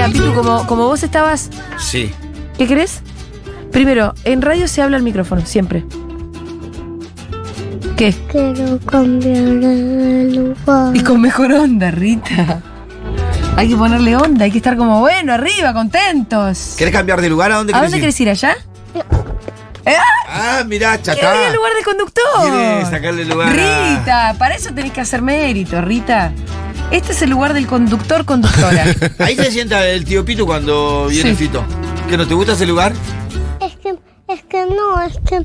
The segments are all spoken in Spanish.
Mira, Pitu, como vos estabas... Sí. ¿Qué querés? Primero, en radio se habla al micrófono, siempre. ¿Qué? Quiero cambiar de lugar. Y con mejor onda, Rita. Hay que ponerle onda, hay que estar como, bueno, arriba, contentos. ¿Querés cambiar de lugar? ¿A dónde ¿A dónde querés ir? ¿Allá? Ah, mirá, Quiero ir chatá. al lugar del conductor. Quiere sacarle lugar a... Rita, para eso tenés que hacer mérito, Rita. Este es el lugar del conductor, conductora. Ahí se sienta el tío Pitu cuando viene Sí. Fito. ¿Que no te gusta ese lugar? Es que no, es que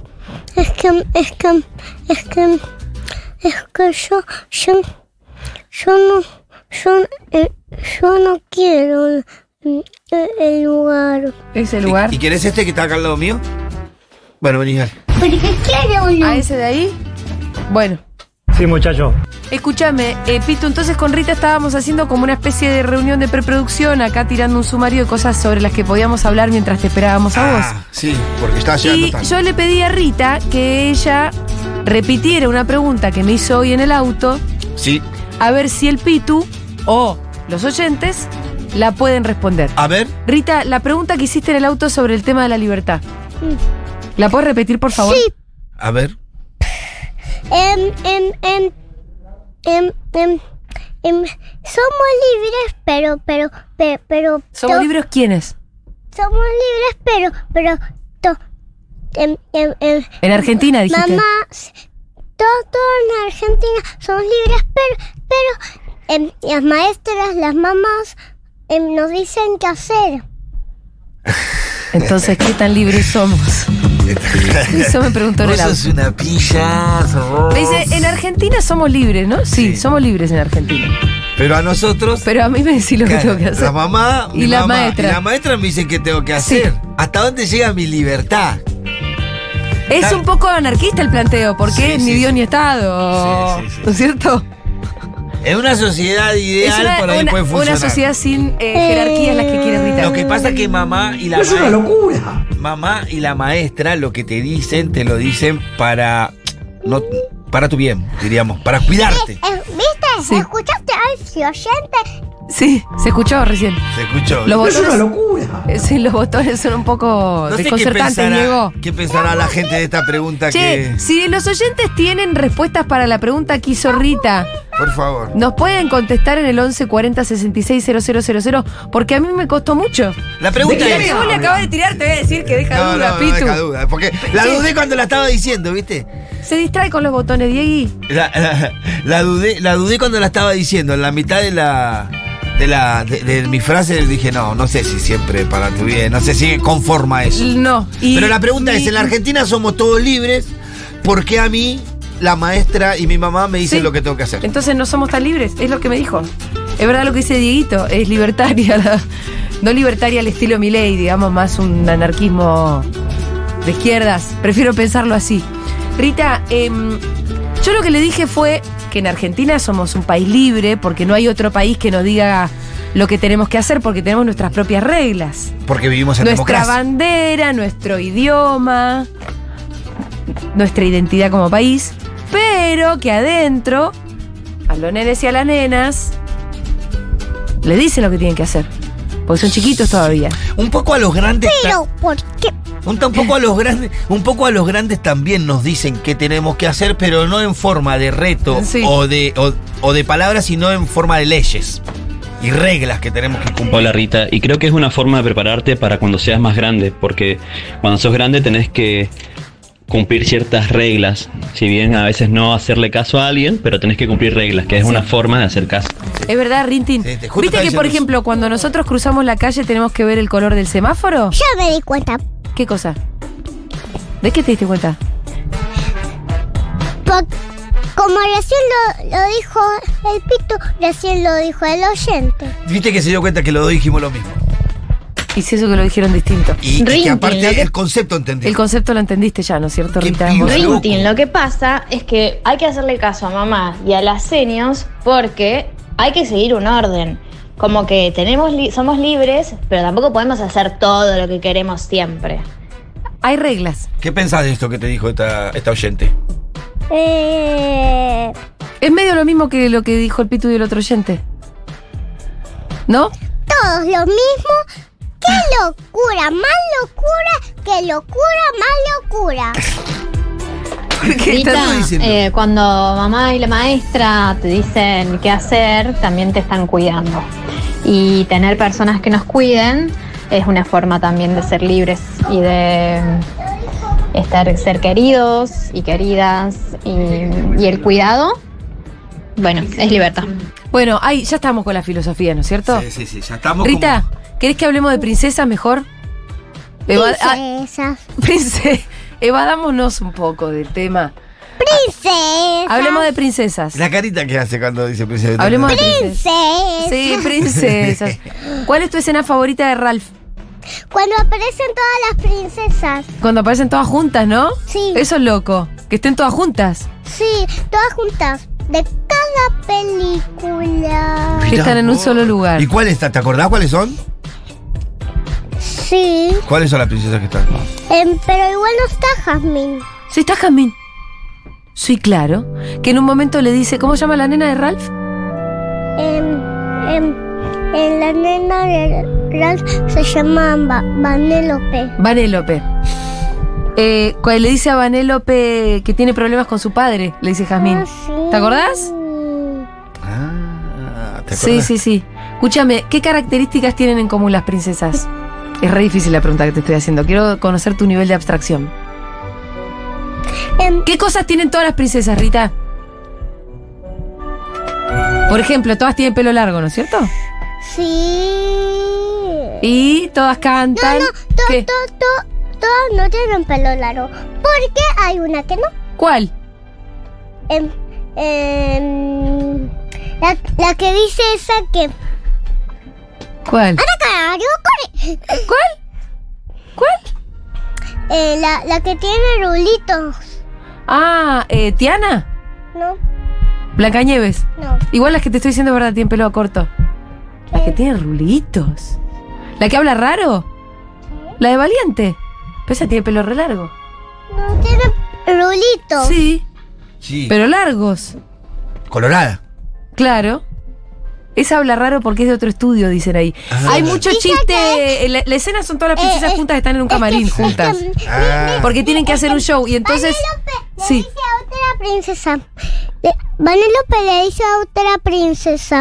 yo no quiero el lugar. ¿Ese lugar? ¿Y querés este que está acá al lado mío? Bueno, vení, dale. Porque quiero uno. ¿A ese de ahí? Bueno. Sí, muchacho. Escúchame, Pitu, entonces con Rita estábamos haciendo como una especie de reunión de preproducción, acá tirando un sumario de cosas sobre las que podíamos hablar mientras te esperábamos a vos. Sí, porque estaba llegando Y tarde. yo le pedí a Rita que ella repitiera una pregunta que me hizo hoy en el auto, Sí. a ver si el Pitu o los oyentes la pueden responder. A ver. Rita, la pregunta que hiciste en el auto sobre el tema de la libertad, ¿la puedes repetir, por favor? Sí. A ver. Somos libres, pero ¿Somos libres quiénes? somos libres, pero En Argentina, dijiste. mamá, todos en Argentina somos libres, pero las maestras, las mamás nos dicen qué hacer. Entonces, ¿qué tan libres somos? Eso me preguntó en Vos el auto. sos una pilla, sos... Me dice, en Argentina somos libres, ¿no? Sí, Sí. somos libres en Argentina. Pero a nosotros... Pero a mí me decís lo que Claro, tengo que hacer. La mamá Y mi la mamá maestra. Y la maestra me dice qué tengo que hacer. Sí. ¿Hasta dónde llega mi libertad? Es un poco anarquista el planteo, porque Sí, ni sí, Dios sí. ni Estado. Sí, sí, sí. ¿No es cierto? En una sociedad Es ideal por ahí puede funcionar. una sociedad sin jerarquías, las que quiere Rita. Lo que pasa es que mamá y la mamá y la maestra lo que te dicen, te lo dicen para no para tu bien, diríamos, para cuidarte. ¿Viste? Sí. ¿Escuchaste al oyente? Sí, se escuchó recién. ¿Se escuchó? Los botones, locura. sí, los botones son un poco No sé desconcertantes, Diego. qué pensará la gente de esta pregunta Che, que... si los oyentes tienen respuestas para la pregunta que hizo Rita, Por favor. nos pueden contestar en el 11 40 66 000, porque a mí me costó mucho. La pregunta De es... que vos le acabas de tirar, te voy a decir que deja duda, no Pitu. deja duda, porque la Sí. dudé cuando la estaba diciendo, ¿viste? Se distrae con los botones, Diegui. La dudé cuando la estaba diciendo, en la mitad de mi frase dije, no sé si siempre para tu bien, no sé si conforma eso. No. Pero la pregunta es, en la Argentina somos todos libres, ¿por qué a mí, la maestra y mi mamá me dicen Sí. lo que tengo que hacer? Entonces no somos tan libres, es lo que me dijo. Es verdad lo que dice Dieguito, es libertaria, no libertaria al estilo Milei, digamos, más un anarquismo de izquierdas. Prefiero pensarlo así. Rita, yo lo que le dije fue que en Argentina somos un país libre, porque no hay otro país que nos diga lo que tenemos que hacer, porque tenemos nuestras propias reglas. Porque vivimos en Nuestra democracia. bandera, nuestro idioma, nuestra identidad como país, pero que adentro, a los nenes y a las nenas, le dicen lo que tienen que hacer, porque son chiquitos todavía. Un poco a los grandes... Pero, ¿por qué? Un poco a los grandes también nos dicen qué tenemos que hacer, pero no en forma de reto Sí. o de palabras, sino en forma de leyes y reglas que tenemos que cumplir. Hola Rita, y creo que es una forma de prepararte para cuando seas más grande, porque cuando sos grande tenés que cumplir ciertas reglas, si bien a veces no hacerle caso a alguien, pero tenés que cumplir reglas, que es una forma de hacer caso. ¿Es verdad, Rintin? Sí, justo ¿Viste estaba que, por diciendo ejemplo, cuando nosotros cruzamos la calle tenemos que ver el color del semáforo? Ya me di cuenta. ¿Qué cosa? ¿De qué te diste cuenta? Como recién lo dijo el Pitu, recién lo dijo el oyente. Viste que se dio cuenta que los dos dijimos lo mismo. Y si eso que lo dijeron distinto. Y que Rintin, aparte lo que- el concepto entendí. El concepto lo entendiste ya, ¿no es cierto, Qué Rita? piba. Vos- Loco. Rintin, lo que pasa es que hay que hacerle caso a mamá y a las seños porque hay que seguir un orden. Como que somos libres, pero tampoco podemos hacer todo lo que queremos siempre. Hay reglas. ¿Qué pensás de esto que te dijo esta oyente? Es medio lo mismo que lo que dijo el Pitu y el otro oyente. ¿No? todos lo mismo. ¡Qué locura! Más locura que locura, más locura. Rita, cuando mamá y la maestra te dicen qué hacer, también te están cuidando. Y tener personas que nos cuiden es una forma también de ser libres y de ser queridos y queridas. Y el cuidado, bueno, es libertad. Bueno, ya estamos con la filosofía, ¿no es cierto? Sí, ya estamos. Rita, ¿querés que hablemos de princesas mejor? Princesas. Evadámonos un poco del tema. Princesas. Hablemos de princesas. La carita que hace cuando dice princesa. Hablemos de princesas. Sí, princesas. ¿Cuál es tu escena favorita de Ralph? Cuando aparecen todas las princesas. Cuando aparecen todas juntas, ¿no? Sí. Eso es loco. Que estén todas juntas. Sí, todas juntas. De cada película. Que están en un solo lugar. ¿Y cuál está? ¿Te acordás cuáles son? Sí. ¿Cuáles son las princesas que están? Pero igual no está Jasmine. Sí, está Jasmine. Sí, claro. Que en un momento le dice, ¿cómo se llama la nena de Ralph? La nena de Ralph se llama Vanellope. Vanellope. Cuando le dice a Vanellope que tiene problemas con su padre, le dice Jasmine. Sí. ¿Te acordás? ¿te acordás? Sí. Escúchame, ¿qué características tienen en común las princesas? Es re difícil la pregunta que te estoy haciendo. Quiero conocer tu nivel de abstracción. ¿Qué cosas tienen todas las princesas, Rita? Por ejemplo, todas tienen pelo largo, ¿no es cierto? Sí. Y todas cantan. Todas no tienen pelo largo. ¿Por qué hay una que no? ¿Cuál? La que dice esa que... ¿Cuál? ¿Cuál? La que tiene rulitos. ¿Tiana? No. Blancanieves. No. Igual las que te estoy diciendo, ¿verdad? Tienen pelo corto. Las que tienen rulitos. ¿La que habla raro? La de Valiente. Pero esa tiene pelo re largo. No, tiene rulitos. Sí. Pero largos. Colorada. Claro. Esa habla raro porque es de otro estudio, dicen ahí. Hay mucho chiste. La escena son todas las princesas juntas, están en un camarín juntas. Porque tienen que hacer un show. Y entonces. Vanellope le dice a otra princesa. Vanellope le dice a otra princesa.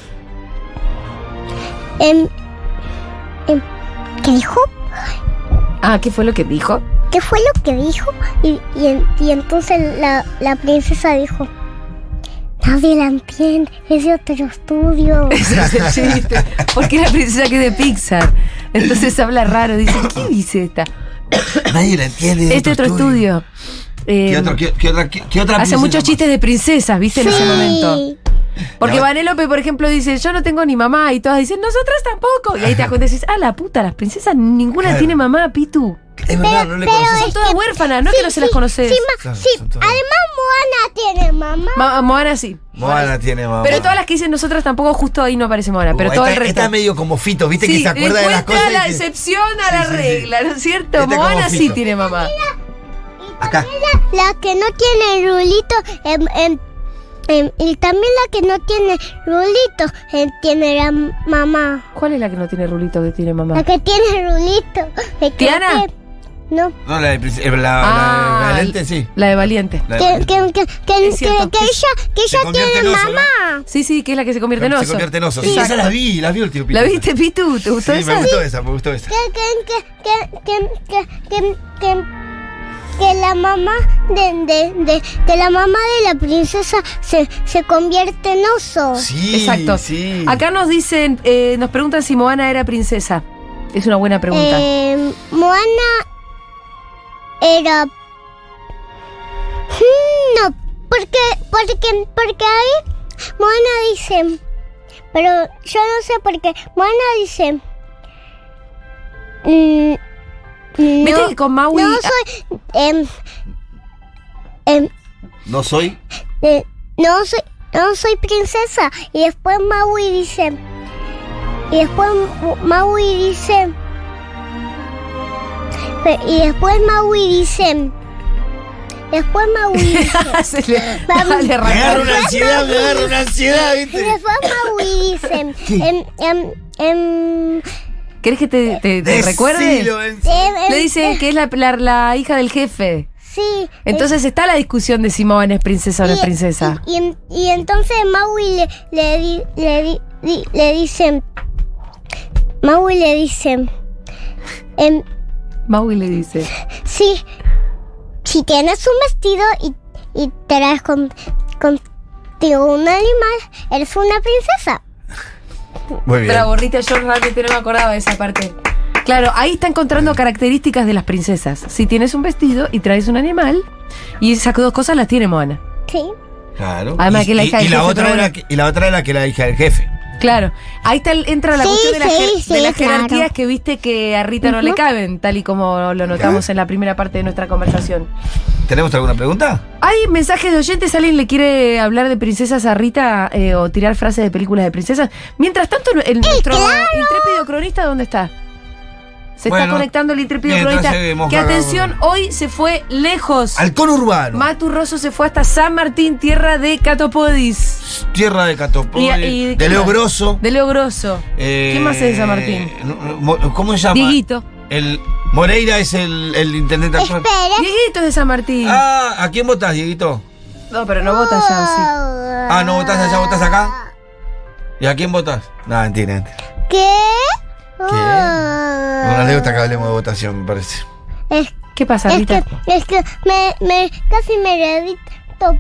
¿Qué dijo? ¿Qué fue lo que dijo? ¿Qué fue lo que dijo? Y entonces la princesa dijo: nadie la entiende, es de otro estudio. Ese es el chiste. Porque la princesa que es de Pixar. Entonces habla raro, dice, ¿qué dice esta? Nadie la entiende. Este otro estudio. ¿Qué otra princesa hace muchos chistes de princesas, ¿viste? En ese momento. Porque Vanellope, por ejemplo, dice, yo no tengo ni mamá. Y todas dicen, nosotras tampoco. Y ahí te das cuenta y dices, la puta, las princesas ninguna tiene mamá, Pitu. Es verdad, no le conoces. Son todas huérfanas, no es que no se las conoces. Además Moana tiene mamá. Moana sí. Moana tiene mamá. Pero todas las que dicen nosotras tampoco, justo ahí no aparece Moana. Pero todo el resto. Está medio como Fito, ¿viste? Que se acuerda de las cosas. La excepción a la regla, ¿no es cierto? Moana sí tiene mamá. Acá. La que no tiene rulito, y también la que no tiene rulito, tiene la mamá. ¿Cuál es la que no tiene rulito que tiene mamá? La que tiene rulito. ¿Tiana? No. No, la de Valiente, sí. La de Valiente. Que ella tiene mamá. Sí, que es la que se convierte en oso. Se convierte en oso. Sí, esa la vi el tío Pitu. ¿La viste, Pitu? ¿Te gustó esa? Me gustó esa. Que la mamá de la princesa se convierte en oso. Sí, exacto. Sí. Acá nos dicen, nos preguntan si Moana era princesa. Es una buena pregunta. Moana era... No, porque ahí Moana dice... Pero yo no sé por qué. Moana dice... ¿Viste que con Maui... No soy... No soy princesa. Y después Maui dice... Me agarra una ansiedad, ¿viste? Y después Maui dice... ¿Querés que te recuerde? Le dice que es la hija del jefe. Sí. Entonces está la discusión de si Moana es princesa o no es princesa. Y entonces Maui le dice... Maui le dice... Maui le dice... Sí, si tienes un vestido y traes contigo un animal, eres una princesa. Muy bien. Bravo, Rita, yo realmente no me acordaba de esa parte. Claro, ahí está encontrando características de las princesas. Si tienes un vestido y traes un animal, y esas dos cosas las tiene Moana. Sí. Claro. Además que la hija del jefe. Y la otra era que la hija del jefe. Claro, ahí entra la cuestión de las jerarquías claro. que viste que a Rita no le caben, tal y como lo notamos en la primera parte de nuestra conversación. ¿Tenemos alguna pregunta? ¿Hay mensajes de oyentes? ¿Alguien le quiere hablar de princesas a Rita o tirar frases de películas de princesas? Mientras tanto, nuestro intrépido cronista, ¿dónde está? Se está conectando el intrépido cronista. Que atención, hoy se fue lejos. Al conurbano. Matu Rosso se fue hasta San Martín, tierra de Catopodis. Tierra de Catopodis. De Leo Grosso. De Leo Grosso. ¿Quién más es de San Martín? ¿Cómo se llama? Dieguito. Moreira es el intendente actual. Dieguito es de San Martín. Ah, ¿a quién votás, Dieguito? No, pero no vota allá, sí. Ah, ¿no votás allá, votás acá? ¿Y a quién votás? No, mentira. ¿Qué? No le gusta que hablemos de votación, me parece. ¿Qué pasa, Rita? Es que casi me revito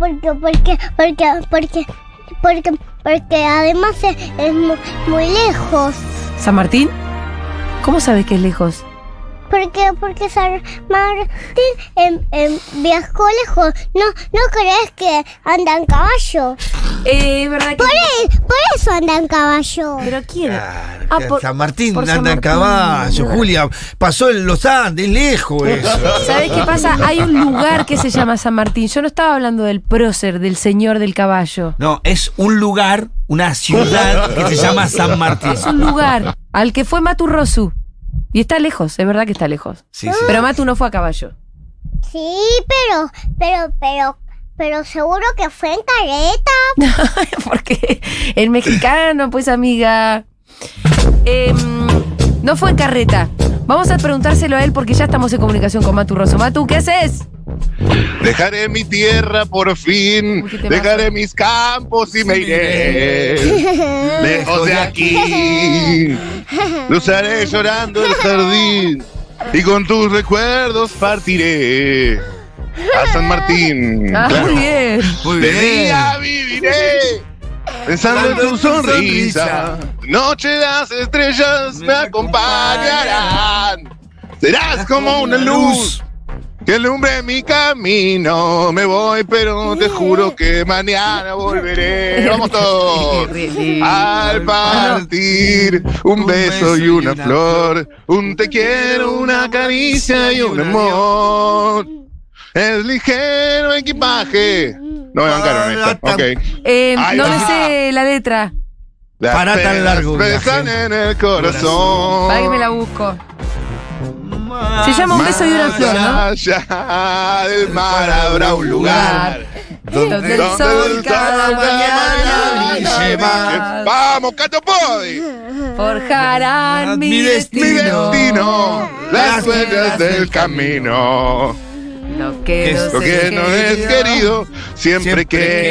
porque además es muy lejos. ¿San Martín? ¿Cómo sabes que es lejos? Porque San Martín viajó lejos. ¿No crees que anda en caballo? ¿Verdad que? Por eso anda en caballo. ¿Pero quién? Claro, San Martín anda en caballo, Julia. Pasó en los Andes, lejos eso. ¿Sabes qué pasa? Hay un lugar que se llama San Martín. Yo no estaba hablando del prócer, del señor del caballo. No, es un lugar, una ciudad que se llama San Martín. Es un lugar al que fue Matu Rosso. Y está lejos, es verdad que está lejos. Sí. Pero Matu no fue a caballo. Sí, pero seguro que fue en carreta. Porque el mexicano, pues, amiga. No fue en carreta. Vamos a preguntárselo a él porque ya estamos en comunicación con Matu Rosso. Matu, ¿qué haces? Dejaré mi tierra por fin, dejaré mis campos y me iré lejos de aquí. Cruzaré llorando el jardín y con tus recuerdos partiré a San Martín. Muy bien. De día viviré pensando en tu sonrisa. Noche las estrellas me acompañarán. Serás como una luz que alumbre mi camino. Me voy, pero te juro que mañana volveré. Vamos todos. Al partir, un beso y una flor, un te quiero, una caricia y un amor. El ligero equipaje. No me bancaron esta. Ok. No me sé la letra. Para tan largo. Besan en el corazón. Para que me la busco. Se llama Un beso y una flor, ¿no? Allá del mar habrá un lugar donde el sol cada mañana brille más. ¡Vamos, Catopodis! Forjarán mi destino. Las huellas del camino. Lo que no es querido siempre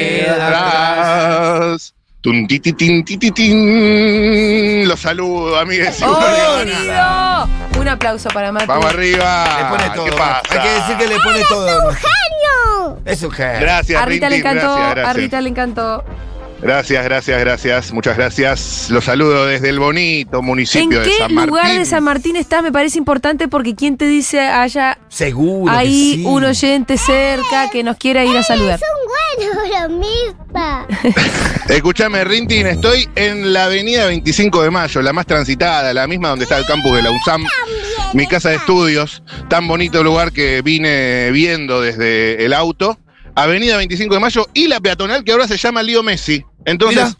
quedarás. Tun, ti, ti, tin, ti, ti, tin. Los saludo, amigues. ¡Oh, un aplauso para Matu. Vamos arriba. Le pone todo. ¿Qué pasa? Hay que decir que le pone todo. ¡Es un genio! Es un genio. Gracias, A Rita le Rintin, encantó. gracias. A Rita le encantó. Gracias. Muchas gracias. Los saludo desde el bonito municipio de San Martín. ¿En qué lugar de San Martín estás? Me parece importante porque ¿quién te dice allá? Seguro Hay que sí. un oyente cerca que nos quiera ir a saludar. Es un bueno bromista. Escúchame, Rintin, estoy en la avenida 25 de Mayo, la más transitada, la misma donde está el campus de la USAM, mi casa de estudios, tan bonito lugar que vine viendo desde el auto. Avenida 25 de Mayo y la peatonal que ahora se llama Leo Messi. Entonces,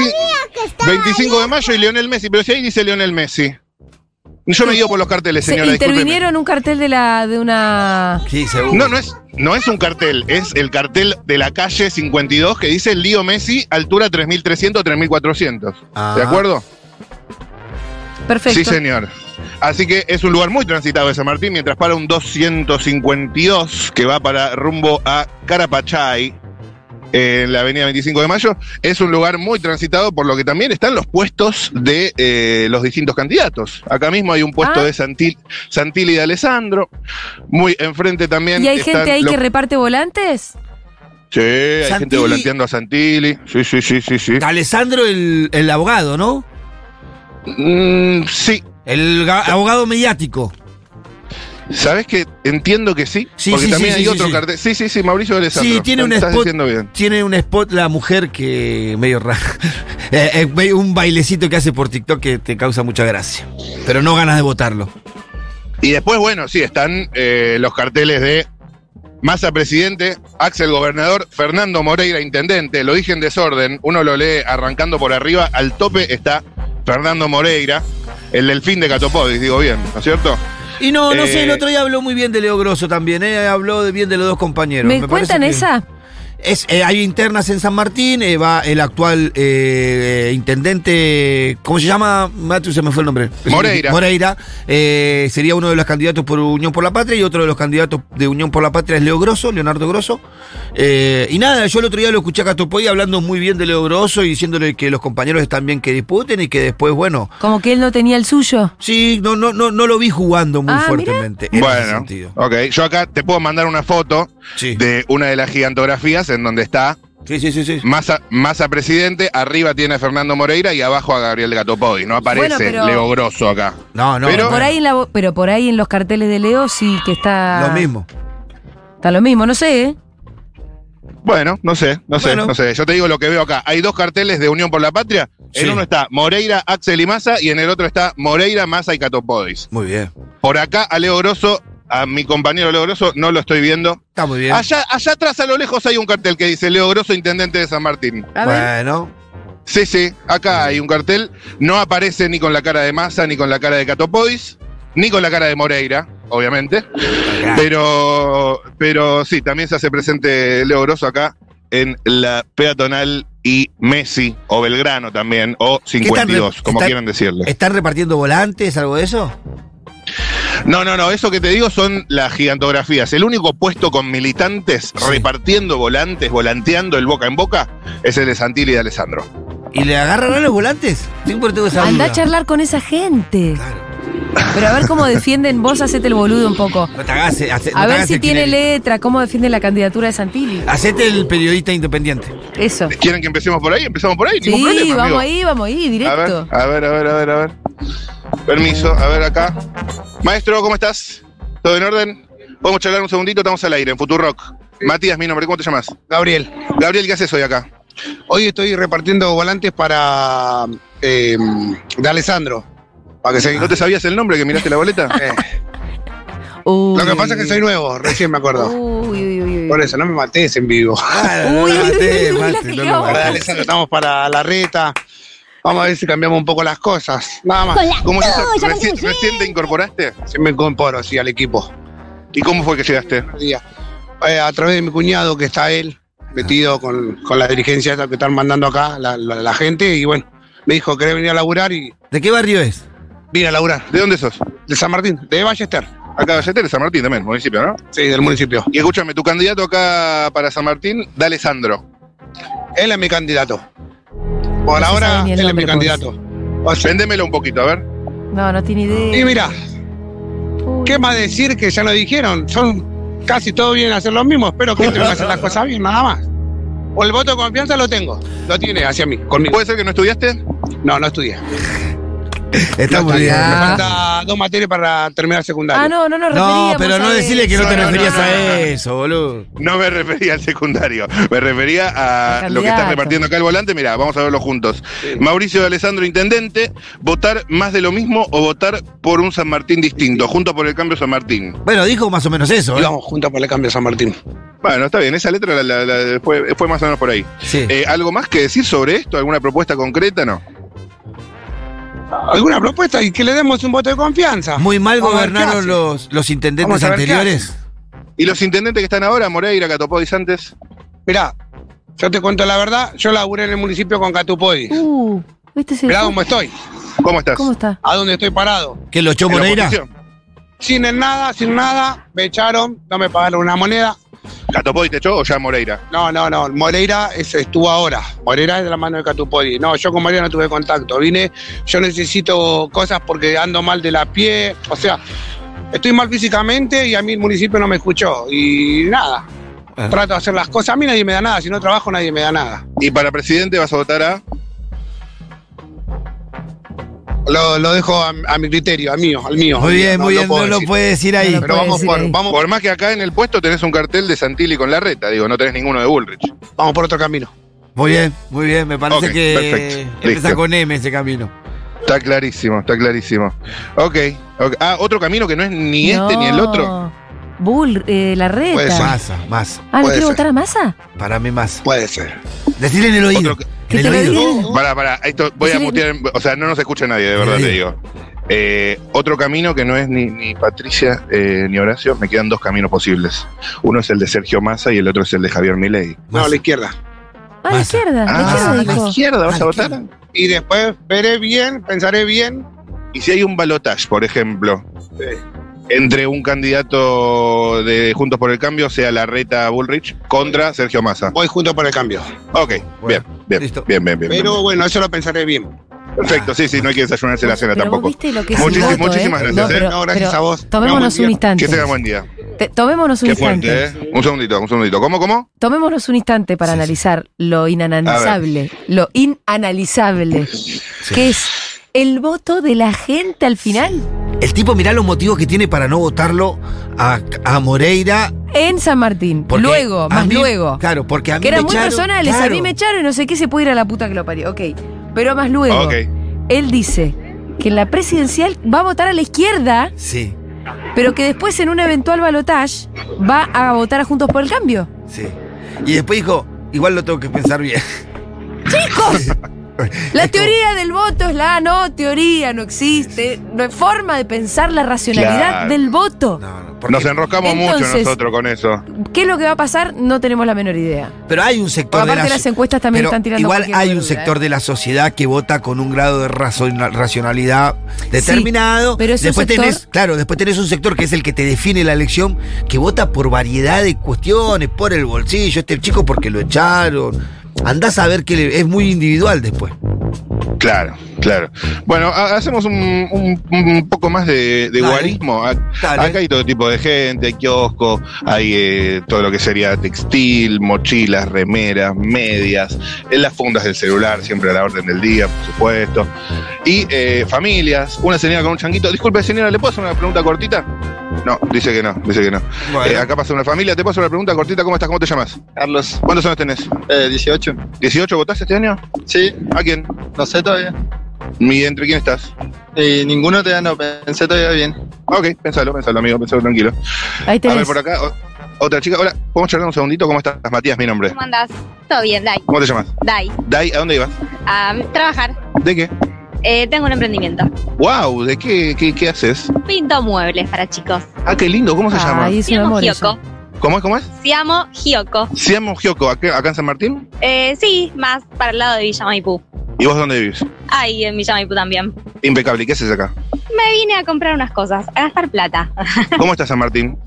25 de Mayo y Lionel Messi, pero si ahí dice Lionel Messi. Yo me guío por los carteles, señora. ¿Intervinieron un cartel de una...? Sí, seguro. No es un cartel, es el cartel de la calle 52 que dice Leo Messi, altura 3.300, 3.400. ¿De acuerdo? Perfecto. Sí, señor. Así que es un lugar muy transitado de San Martín, mientras para un 252 que va para rumbo a Carapachay, en la avenida 25 de Mayo. Es un lugar muy transitado, por lo que también están los puestos de los distintos candidatos. Acá mismo hay un puesto de Santilli de Alessandro. Muy enfrente también. ¿Y hay gente ahí que reparte volantes? Sí, hay gente volanteando a Santilli. Sí. Alessandro, el abogado, ¿no? Sí. El abogado mediático. ¿Sabes qué? Entiendo que sí. Porque también hay otro cartel. Sí, Mauricio Alessandro. Sí, tiene un spot. Tiene un spot la mujer que medio raro. Un bailecito que hace por TikTok que te causa mucha gracia. Pero no ganas de votarlo. Y después, bueno, sí, están los carteles de Massa presidente, Axel gobernador, Fernando Moreira intendente. Lo dije en desorden. Uno lo lee arrancando por arriba. Al tope está Fernando Moreira, el delfín de Catopodis, digo bien, ¿no es cierto? Y no sé, el otro día habló muy bien de Leo Grosso también, habló bien de los dos compañeros. ¿Me cuentan esa? Hay internas en San Martín, va el actual intendente, ¿cómo se llama? Matu, se me fue el nombre. Moreira. Sería uno de los candidatos por Unión por la Patria y otro de los candidatos de Unión por la Patria es Leonardo Grosso. Y nada, yo el otro día lo escuché a Catopoy hablando muy bien de Leo Grosso y diciéndole que los compañeros están bien que disputen y que después, bueno... Como que él no tenía el suyo. Sí, no lo vi jugando muy fuertemente. En ese sentido. Ok, yo acá te puedo mandar una foto de una de las gigantografías en donde está Massa presidente, arriba tiene a Fernando Moreira y abajo a Gabriel Catopodis. No aparece Leo Grosso acá. No. Pero por ahí en los carteles de Leo sí que está... Lo mismo. Está lo mismo, no sé, ¿eh? Bueno, no sé. Yo te digo lo que veo acá. Hay dos carteles de Unión por la Patria. En uno está Moreira, Axel y Massa, y en el otro está Moreira, Massa y Catopodis. Muy bien. Por acá a Leo Grosso, a mi compañero Leo Grosso, no lo estoy viendo. Está muy bien. Allá atrás a lo lejos hay un cartel que dice Leo Grosso, intendente de San Martín. Bueno. Sí, acá hay un cartel. No aparece ni con la cara de Massa, ni con la cara de Catopodis, ni con la cara de Moreira, obviamente. Pero sí, también se hace presente Leo Grosso acá en la peatonal y Messi, o Belgrano también, o 52, como quieran decirle. ¿Están repartiendo volantes, algo de eso? No, eso que te digo son las gigantografías. El único puesto con militantes repartiendo volantes, volanteando el boca en boca, es el de Santilli de Alessandro. ¿Y le agarran a los volantes? Anda a charlar con esa gente. Claro. Pero a ver cómo defienden, vos hacete el boludo un poco. No te hagas, a ver si tiene letra, cómo defiende la candidatura de Santilli. Hacete el periodista independiente. Eso. ¿Quieren que empecemos por ahí? ¿Empezamos por ahí? Sí, ningún problema, vamos ahí, directo. A ver. Permiso, a ver acá. Maestro, ¿cómo estás? ¿Todo en orden? ¿Podemos charlar un segundito? Estamos al aire, en Futurock. Matías, mi nombre, ¿cómo te llamas? Gabriel, ¿qué haces hoy acá? Hoy estoy repartiendo volantes para de Alessandro. Para que ¿No te sabías el nombre que miraste la boleta? Lo que pasa es que soy nuevo, recién me acuerdo. Por eso, no me mates en vivo. No me mates. Alessandro, estamos para la reta. Vamos a ver si cambiamos un poco las cosas. Nada más. ¿Cómo recién te incorporaste? Sí, me incorporo, sí, al equipo. ¿Y cómo fue que llegaste? A través de mi cuñado, que está él metido con la dirigencia esta que están mandando acá, la gente, y bueno, me dijo, ¿querés venir a laburar? Y ¿de qué barrio es? Vine a laburar. ¿De dónde sos? De San Martín, de Ballester. Acá de Ballester, de San Martín también, municipio, ¿no? Sí, del municipio. Y escúchame, tu candidato acá para San Martín, de Alessandro. Él es mi candidato. Por ahora, él es mi candidato. Véndemelo un poquito, a ver. No tiene idea. Y mira, ¿qué más decir que ya lo dijeron? Son casi todos vienen a hacer lo mismo. Espero que este venga a hacer las cosas bien, nada más. O el voto de confianza lo tengo. Lo tiene hacia mí, conmigo. ¿Puede ser que no estudiaste? No estudié. Está muy bien. Me falta 2 materias para terminar secundario. No nos referíamos. No, pero no decirle que no te referías a eso, boludo. No me refería al secundario. Me refería a lo que estás repartiendo acá el volante. Mirá, vamos a verlo juntos. Sí. Mauricio de Alessandro, intendente. ¿Votar más de lo mismo o votar por un San Martín distinto? Junto por el Cambio San Martín. Bueno, dijo más o menos eso. Vamos, junto por el Cambio San Martín. Bueno, está bien. Esa letra fue más o menos por ahí. Sí. ¿Algo más que decir sobre esto? ¿Alguna propuesta concreta? No. ¿Alguna propuesta? Y que le demos un voto de confianza. Muy mal gobernaron los intendentes anteriores. ¿Y los intendentes que están ahora, Moreira, Catopodis antes? Mirá, yo te cuento la verdad, yo laburé en el municipio con Catopodis. ¿Viste? Mirá cómo estoy. ¿Cómo estás? ¿Cómo está? ¿A dónde estoy parado? ¿Qué lo echó ¿En la Moreira? oposición? Sin nada, me echaron, no me pagaron una moneda. ¿Catopodi te echó o ya Moreira? No, Moreira estuvo ahora. Moreira es de la mano de Catupodi. No, yo con Moreira no tuve contacto. Yo necesito cosas porque ando mal de la pie. O sea, estoy mal físicamente y a mí el municipio no me escuchó. Y nada, trato de hacer las cosas. A mí nadie me da nada. Si no trabajo, nadie me da nada. ¿Y para presidente vas a votar a...? Lo dejo a mi criterio, al mío. Muy bien, no no lo puede decir ahí. No lo Pero puede vamos decir ahí. por más que acá en el puesto tenés un cartel de Santilli con Larreta, digo, no tenés ninguno de Bullrich. Vamos por otro camino. Muy bien, me parece Ok, que perfecto. empieza Listo. con M ese camino. Está clarísimo. Ok. Ah, otro camino que no es ni este ni el otro. Larreta. Puede ser. Massa. ¿Le puede quiere ser. votar a Massa? Para mí Massa. Puede ser. Decirle en el oído. Otro ¿Que En te el lo oído. diga? Para, esto voy a Decile- mutear, o sea, no nos escucha nadie, de verdad Sí. te digo. Otro camino que no es ni Patricia ni Horacio, me quedan dos caminos posibles. Uno es el de Sergio Massa y el otro es el de Javier Milei. No, a la izquierda. A la Massa. izquierda. ¿La izquierda ¿a la dijo? izquierda vas Ah, a la votar? izquierda. Y después veré bien, pensaré bien. Y si hay un balotage, por ejemplo, entre un candidato de Juntos por el Cambio, sea Larreta Bullrich, contra Sergio Massa. Voy junto por el cambio. Ok, Bueno, bien. listo. Bien. Pero bueno, eso lo pensaré bien. Perfecto, sí, no hay que desayunarse la cena Pero tampoco. vos viste lo que es Muchísimas- el voto, muchísimas ¿eh? gracias, No, gracias a vos. Tomémonos Buen un día. instante. Que tenga buen día. Tomémonos un Qué instante. fuerte, ¿eh? Un segundito. ¿Cómo? Tomémonos un instante para Sí, sí. analizar lo inanalizable. Lo inanalizable. Que es el voto de la gente al final El tipo, mirá los motivos que tiene para no votarlo a Moreira. en San Martín. Porque Luego, a más mí- luego. Claro, porque a mí Que me eran muy echaron, personales. A claro. mí me echaron y no sé qué, se puede ir a la puta que lo parió. Ok. Pero más luego. Ok. Él dice que en la presidencial va a votar a la izquierda, Sí, pero que después en un eventual balotage va a votar a Juntos por el Cambio. sí. Y después dijo, igual lo tengo que pensar bien. ¡Chicos! La Es como- teoría del voto es la no teoría, no existe. No hay forma de pensar la racionalidad Claro. del voto. No, porque- Nos enroscamos mucho Entonces- nosotros con eso. ¿Qué es lo que va a pasar? No tenemos la menor idea. Pero hay un sector Aparte de la las encuestas también pero están tirando igual cualquier hay un verdura, sector de la sociedad que vota con un grado de racionalidad determinado. pero ese después sector- después tenés un sector que es el que te define la elección, que vota por variedad de cuestiones, por el bolsillo, este chico porque lo echaron. Andás a ver que es muy individual después. Claro. Bueno, hacemos un poco más de Dale. guarismo. Dale. Acá hay todo tipo de gente, hay kioscos, hay todo lo que sería textil, mochilas, remeras, medias, en las fundas del celular, siempre a la orden del día, por supuesto. Y familias, una señora con un changuito. Disculpe, señora, ¿le puedo hacer una pregunta cortita? No, dice que no. Bueno. Acá pasa una familia, ¿te puedo hacer una pregunta cortita? ¿Cómo estás? ¿Cómo te llamas? Carlos, ¿Cuántos años tenés? 18. ¿18 votaste este año? Sí, ¿A quién? no sé todavía. ¿Y entre quién estás? Ninguno todavía no, pensé todavía bien. Ok, pensalo, amigo, pensalo tranquilo. Ahí A tenés. ver, por acá, otra chica. Hola, ¿podemos charlar un segundito? ¿Cómo estás? Matías, mi nombre. ¿Cómo andás? Todo bien, Dai. ¿Cómo te llamas? Dai. Dai, ¿a dónde ibas? A trabajar. ¿De qué? Tengo un emprendimiento. Wow, ¿de qué haces? Pinto muebles para chicos. Ah, qué lindo, ¿cómo se llama? Ay, es un Siamo amor Hyoko. eso. ¿Cómo es? Siamo Hyoko. Siamo Hyoko, ¿acá en San Martín? Sí, más para el lado de Villa Maipú. ¿Y vos dónde vivís? Ahí en Villa Maipú también. Impecable, ¿y qué haces acá? Me vine a comprar unas cosas, a gastar plata. ¿Cómo está San Martín?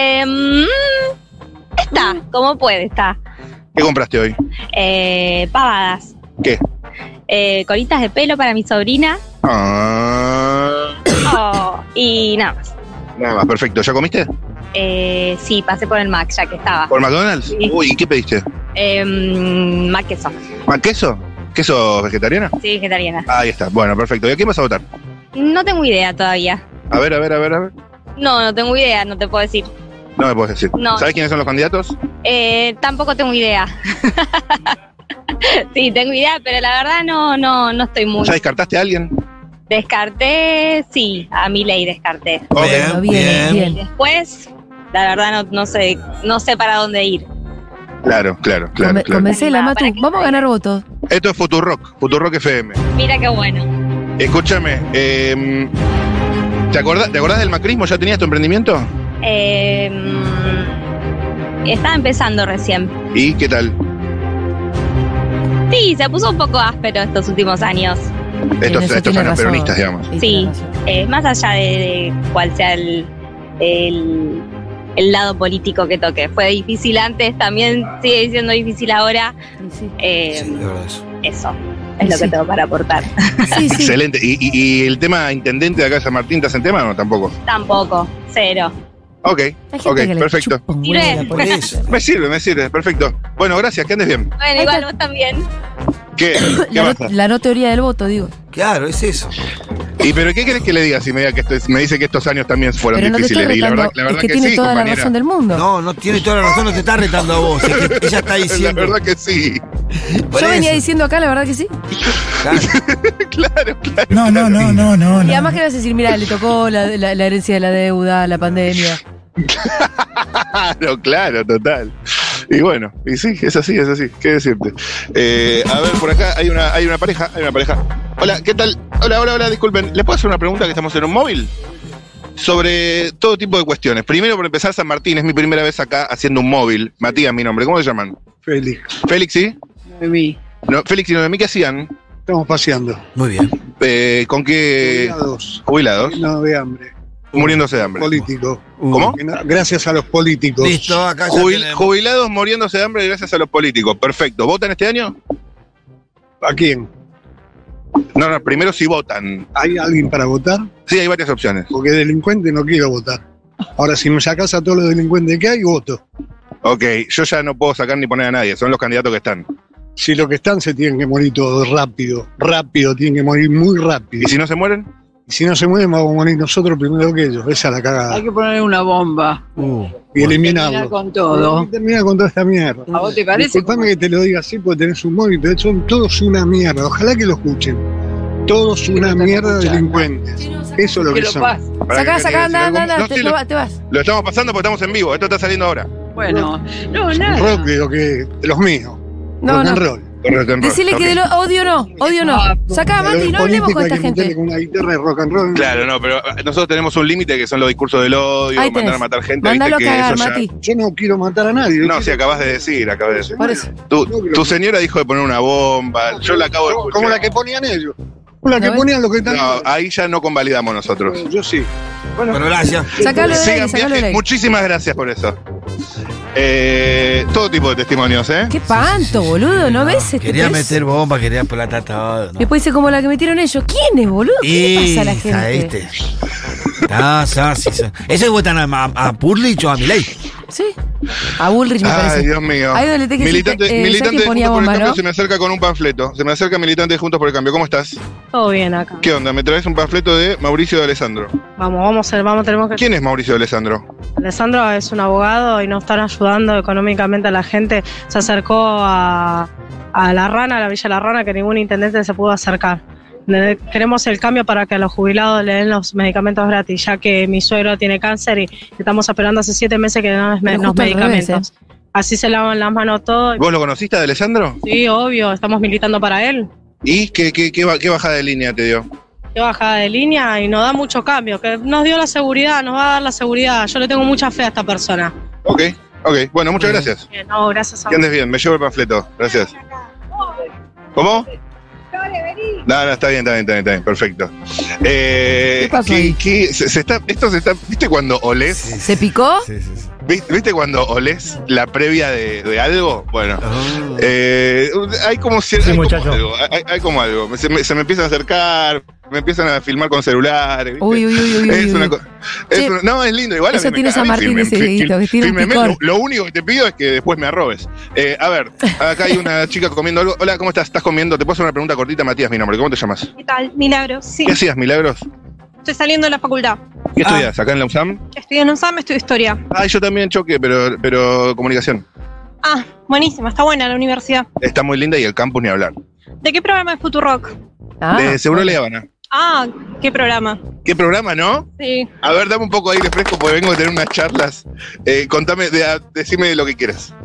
Está, como puede, está. ¿Qué compraste hoy? Pavadas. ¿Qué? Colitas de pelo para mi sobrina. Ah, Y nada más. nada más, perfecto. ¿Ya comiste? Sí, pasé por el Mac ya que estaba. ¿Por McDonald's? Sí. Uy, ¿y qué pediste? Mac queso. ¿Ah, queso? ¿Queso vegetariana? Sí, vegetariana. Ahí está, bueno, perfecto. ¿Y a quién vas a votar? No tengo idea todavía. A ver. No tengo idea, no te puedo decir. No me puedes decir. No. ¿Sabes quiénes son los candidatos? Tampoco tengo idea. Sí, tengo idea, pero la verdad no estoy muy... ¿Ya descartaste a alguien? Descarté, sí, a Milei descarté. Ok. Bueno, bien, Y bien. después, la verdad no sé para dónde ir. Claro. Convencela, Para Matu. que Vamos a ganar votos. Esto es Futurock FM. Mira qué bueno. Escúchame, ¿te acordás del macrismo? ¿Ya tenías tu emprendimiento? Estaba empezando recién. ¿Y qué tal? Sí, se puso un poco áspero estos últimos años. Estos años razón. peronistas, digamos. Sí, más allá de cuál sea el lado político que toque. Fue difícil antes, también sigue siendo difícil ahora. Sí. Eso es lo que tengo para aportar. Sí. Excelente. ¿Y el tema intendente de acá de San Martín, estás en tema o no? Tampoco. Tampoco, cero. Ok, que le perfecto. chupa un huevo la política. Me sirve, perfecto. Bueno, gracias, que andes bien. Bueno, igual vos también. ¿Qué pasa? La no teoría del voto, digo. Claro, es eso. ¿Pero qué querés que le diga si me dice que estos años también fueron Pero no te difíciles? estoy Y la retando, verdad es que que tiene sí, toda la compañera. razón del mundo. No tiene toda la razón, no te está retando a vos. Es que ella está diciendo. La verdad que sí. Yo venía diciendo acá, la verdad que sí. Claro. No. Y además que vas a decir, mira, le tocó la herencia de la deuda, la pandemia. Claro, total. Y bueno, y sí, es así, ¿qué decirte? A ver, por acá hay una pareja. Hola, ¿qué tal? Hola, disculpen, ¿les puedo hacer una pregunta que estamos en un móvil? Sobre todo tipo de cuestiones. Primero, por empezar, San Martín, es mi primera vez acá haciendo un móvil. Matías, mi nombre, ¿cómo se llaman? Félix. Félix, ¿sí? Noemí. No, Félix y Noemí, ¿qué hacían? Estamos paseando. Muy bien. ¿Con qué? Jubilados. No, de hambre. Muriéndose de hambre. Político. ¿Cómo? Gracias a los políticos. Listo, acá ya tenemos. Jubilados muriéndose de hambre gracias a los políticos. Perfecto. ¿Votan este año? ¿A quién? No, primero si votan. ¿Hay alguien para votar? Sí, hay varias opciones. Porque delincuente no quiero votar. Ahora, si me sacás a todos los delincuentes que hay, voto. Ok, yo ya no puedo sacar ni poner a nadie, son los candidatos que están. Si los que están se tienen que morir todos rápido, tienen que morir muy rápido. ¿Y si no se mueren? Y si no se mueren, vamos a morir nosotros primero que ellos. Esa es la cagada. Hay que ponerle una bomba. Y eliminarlo. Terminar con todo. Termina con toda esta mierda. ¿A vos te parece? Disculpame que te lo diga así porque tenés un móvil, pero son todos una mierda. Ojalá que lo escuchen. Todos una mierda de delincuentes. Eso es lo que son. Sacá, anda, te vas. Lo estamos pasando porque estamos en vivo, esto está saliendo ahora. Bueno, no, nada. Rock de los míos. No, rock no. and roll. Decirle que de odio no. Sacá, Mati, no hablemos con esta gente. Con una guitarra de rock and roll. Claro, no, pero nosotros tenemos un límite que son los discursos del odio, Ahí mandar tenés. a matar gente. Mandalo a viste, que cagar, eso ya- Mati. Yo no quiero matar a nadie. No, sí, acabas de decir. Por eso. Tu señora dijo de poner una bomba, yo la acabo de escuchar. Como la que ponían ellos. Como la que ponían los que están. No, ahí ya no convalidamos nosotros. Yo sí. Bueno, gracias. Sacalo de ahí, Sigan sacalo de viaje. ahí. Muchísimas gracias por eso. Todo tipo de testimonios, ¿eh? Qué panto, boludo, ¿no ves? Quería meter bomba, quería platar todo. ¿no? Después dice como la que metieron ellos. ¿Quién es, boludo? ¿Qué le pasa a la gente? Sí. ¿Eso votan a Purlich o a Milei? Sí. A Bullrich me parece. Ay, Dios mío. Ahí donde te que Militante ya de que ponía Juntos por el bomba, Cambio ¿no? se me acerca con un panfleto. Se me acerca militante de Juntos por el Cambio. ¿Cómo estás? Todo bien acá. ¿Qué onda? ¿Me traes un panfleto de Mauricio de Alessandro? Tenemos que... ¿Quién es Mauricio de Alessandro? Alessandro es un abogado y nos están ayudando económicamente a la gente. Se acercó a La Rana, a la Villa La Rana, que ningún intendente se pudo acercar. Queremos el cambio para que a los jubilados le den los medicamentos gratis, ya que mi suegro tiene cáncer y estamos esperando hace 7 meses que den los medicamentos. Así se lavan las manos todo. ¿Vos lo conociste de Alessandro? Sí, obvio, estamos militando para él. ¿Y qué bajada de línea te dio? Qué bajada de línea y nos da mucho cambio, que nos dio la seguridad, nos va a dar la seguridad. Yo le tengo mucha fe a esta persona. Ok. Bueno, muchas gracias. No, gracias a Que andes bien, me llevo el panfleto. Gracias. ¿Cómo? No, está bien, perfecto. ¿Qué pasó ahí? Esto se está, ¿viste cuando olés? ¿Se picó? Sí. ¿Viste cuando olés la previa de algo? Bueno, hay como cierto. Hay como algo. Se me empiezan a acercar, me empiezan a filmar con celulares. ¿viste? Uy. No, es lindo, igual. Eso tiene San Martín, ese Dieguito, que tiene un picor. Lo único que te pido es que después me arrobes. A ver, acá hay una chica comiendo algo. Hola, ¿cómo estás? ¿Estás comiendo? Te puedo hacer una pregunta cortita, Matías, mi nombre. ¿Cómo te llamas? ¿Qué tal? Milagros, sí. ¿Qué hacías, Milagros? Estoy saliendo de la facultad. ¿Qué estudias? ¿Acá en la USAM? Estudio en UNSAM, estudio historia. Yo también choque, pero comunicación. Ah, buenísima, está buena la universidad. Está muy linda y el campus ni hablar. ¿De qué programa es Futurock? De Seguro Le Habana. Ah, ¿qué programa? ¿Qué programa, no? Sí. A ver, dame un poco de aire fresco porque vengo a tener unas charlas. Contame, decime lo que quieras.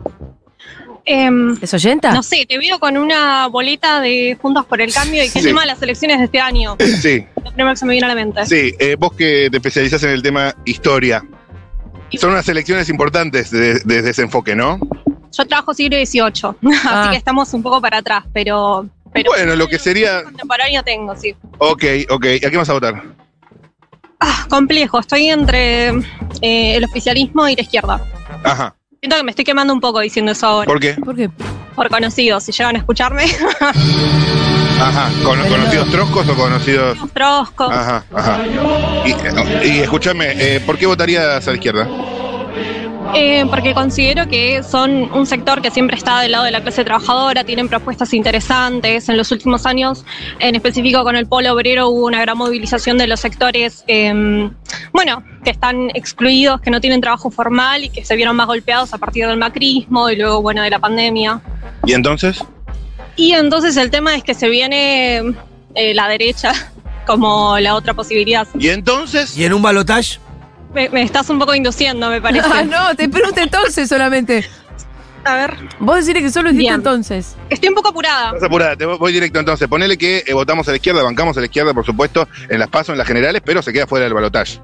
¿Es oyenta? No sé, te veo con una boleta de Juntos por el Cambio y qué Sí. tema de las elecciones de este año. Sí. Lo primero que se me viene a la mente. Sí, vos que te especializás en el tema historia. Son unas elecciones importantes desde ese enfoque, ¿no? Yo trabajo siglo XVIII, así que estamos un poco para atrás, pero Pero bueno, lo que sería... Contemporáneo tengo, sí. Ok. ¿A qué vas a votar? Complejo, estoy entre el oficialismo y la izquierda. Ajá. Siento que me estoy quemando un poco diciendo eso ahora. ¿Por qué? Por conocidos, si llegan a escucharme. Ajá. ¿Conocidos troscos o conocidos...? Troscos. Ajá. Y escúchame, ¿por qué votarías a la izquierda? Porque considero que son un sector que siempre está del lado de la clase trabajadora, tienen propuestas interesantes. En los últimos años, en específico con el polo obrero, hubo una gran movilización de los sectores, que están excluidos, que no tienen trabajo formal y que se vieron más golpeados a partir del macrismo y luego, de la pandemia. ¿Y entonces? El tema es que se viene la derecha como la otra posibilidad. ¿Y entonces? ¿Y en un balotaje? Me estás un poco induciendo, me parece. No, te pregunto entonces solamente. A ver. Vos decís que solo dijiste entonces. Estoy un poco apurada. Estás apurada, te voy directo entonces. Ponele que votamos a la izquierda, bancamos a la izquierda, por supuesto, en las PASO, en las generales, pero se queda fuera del balotaje.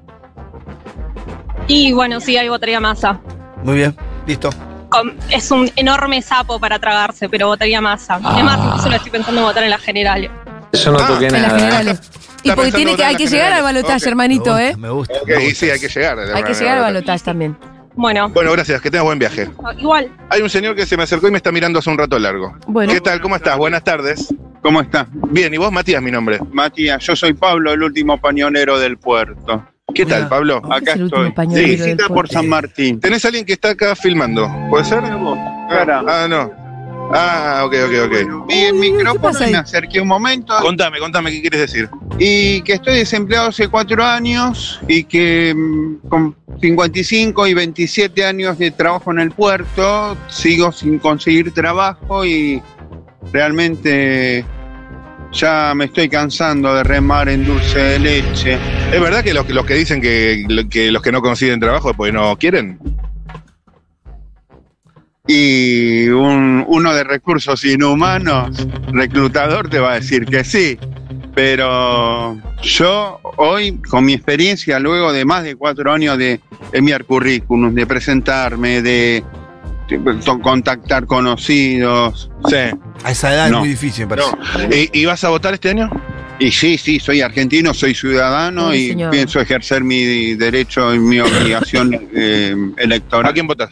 Y sí, ahí votaría Massa. Muy bien, listo. Es un enorme sapo para tragarse, pero votaría Massa. Además, incluso lo estoy pensando en votar en las generales. Yo no toqué en nada. las generales. Y porque hay que llegar al balotaje, hermanito, Me gusta. Y sí, hay que llegar. Hay que llegar al balotaje también. Bueno, gracias, que tengas buen viaje. Igual. Hay un señor que se me acercó y me está mirando hace un rato largo. Bueno. ¿Qué tal? ¿Cómo estás? Buenas tardes. ¿Cómo estás? Bien, ¿y vos, Matías, mi nombre? Matías, yo soy Pablo, el último pañonero del puerto. ¿Qué tal, Pablo? Acá estoy. Sí, visita por San Martín. ¿Tenés a alguien que está acá filmando? ¿Puede ser? No. Ok. Vi el micrófono y me acerqué un momento. Contame, ¿qué quieres decir? Y que estoy desempleado hace 4 años y que con 55 y 27 años de trabajo en el puerto sigo sin conseguir trabajo y realmente ya me estoy cansando de remar en dulce de leche. ¿Es verdad que los que dicen que los que no consiguen trabajo es porque no quieren? Y uno de recursos inhumanos, reclutador, te va a decir que sí. Pero yo hoy, con mi experiencia, luego de más de 4 años de enviar currículums, de presentarme, de contactar conocidos. Sí. A esa edad es muy difícil, me parece. ¿Y vas a votar este año? Y sí, soy argentino, soy ciudadano y señor. pienso ejercer mi derecho y mi obligación electoral. ¿A quién votás?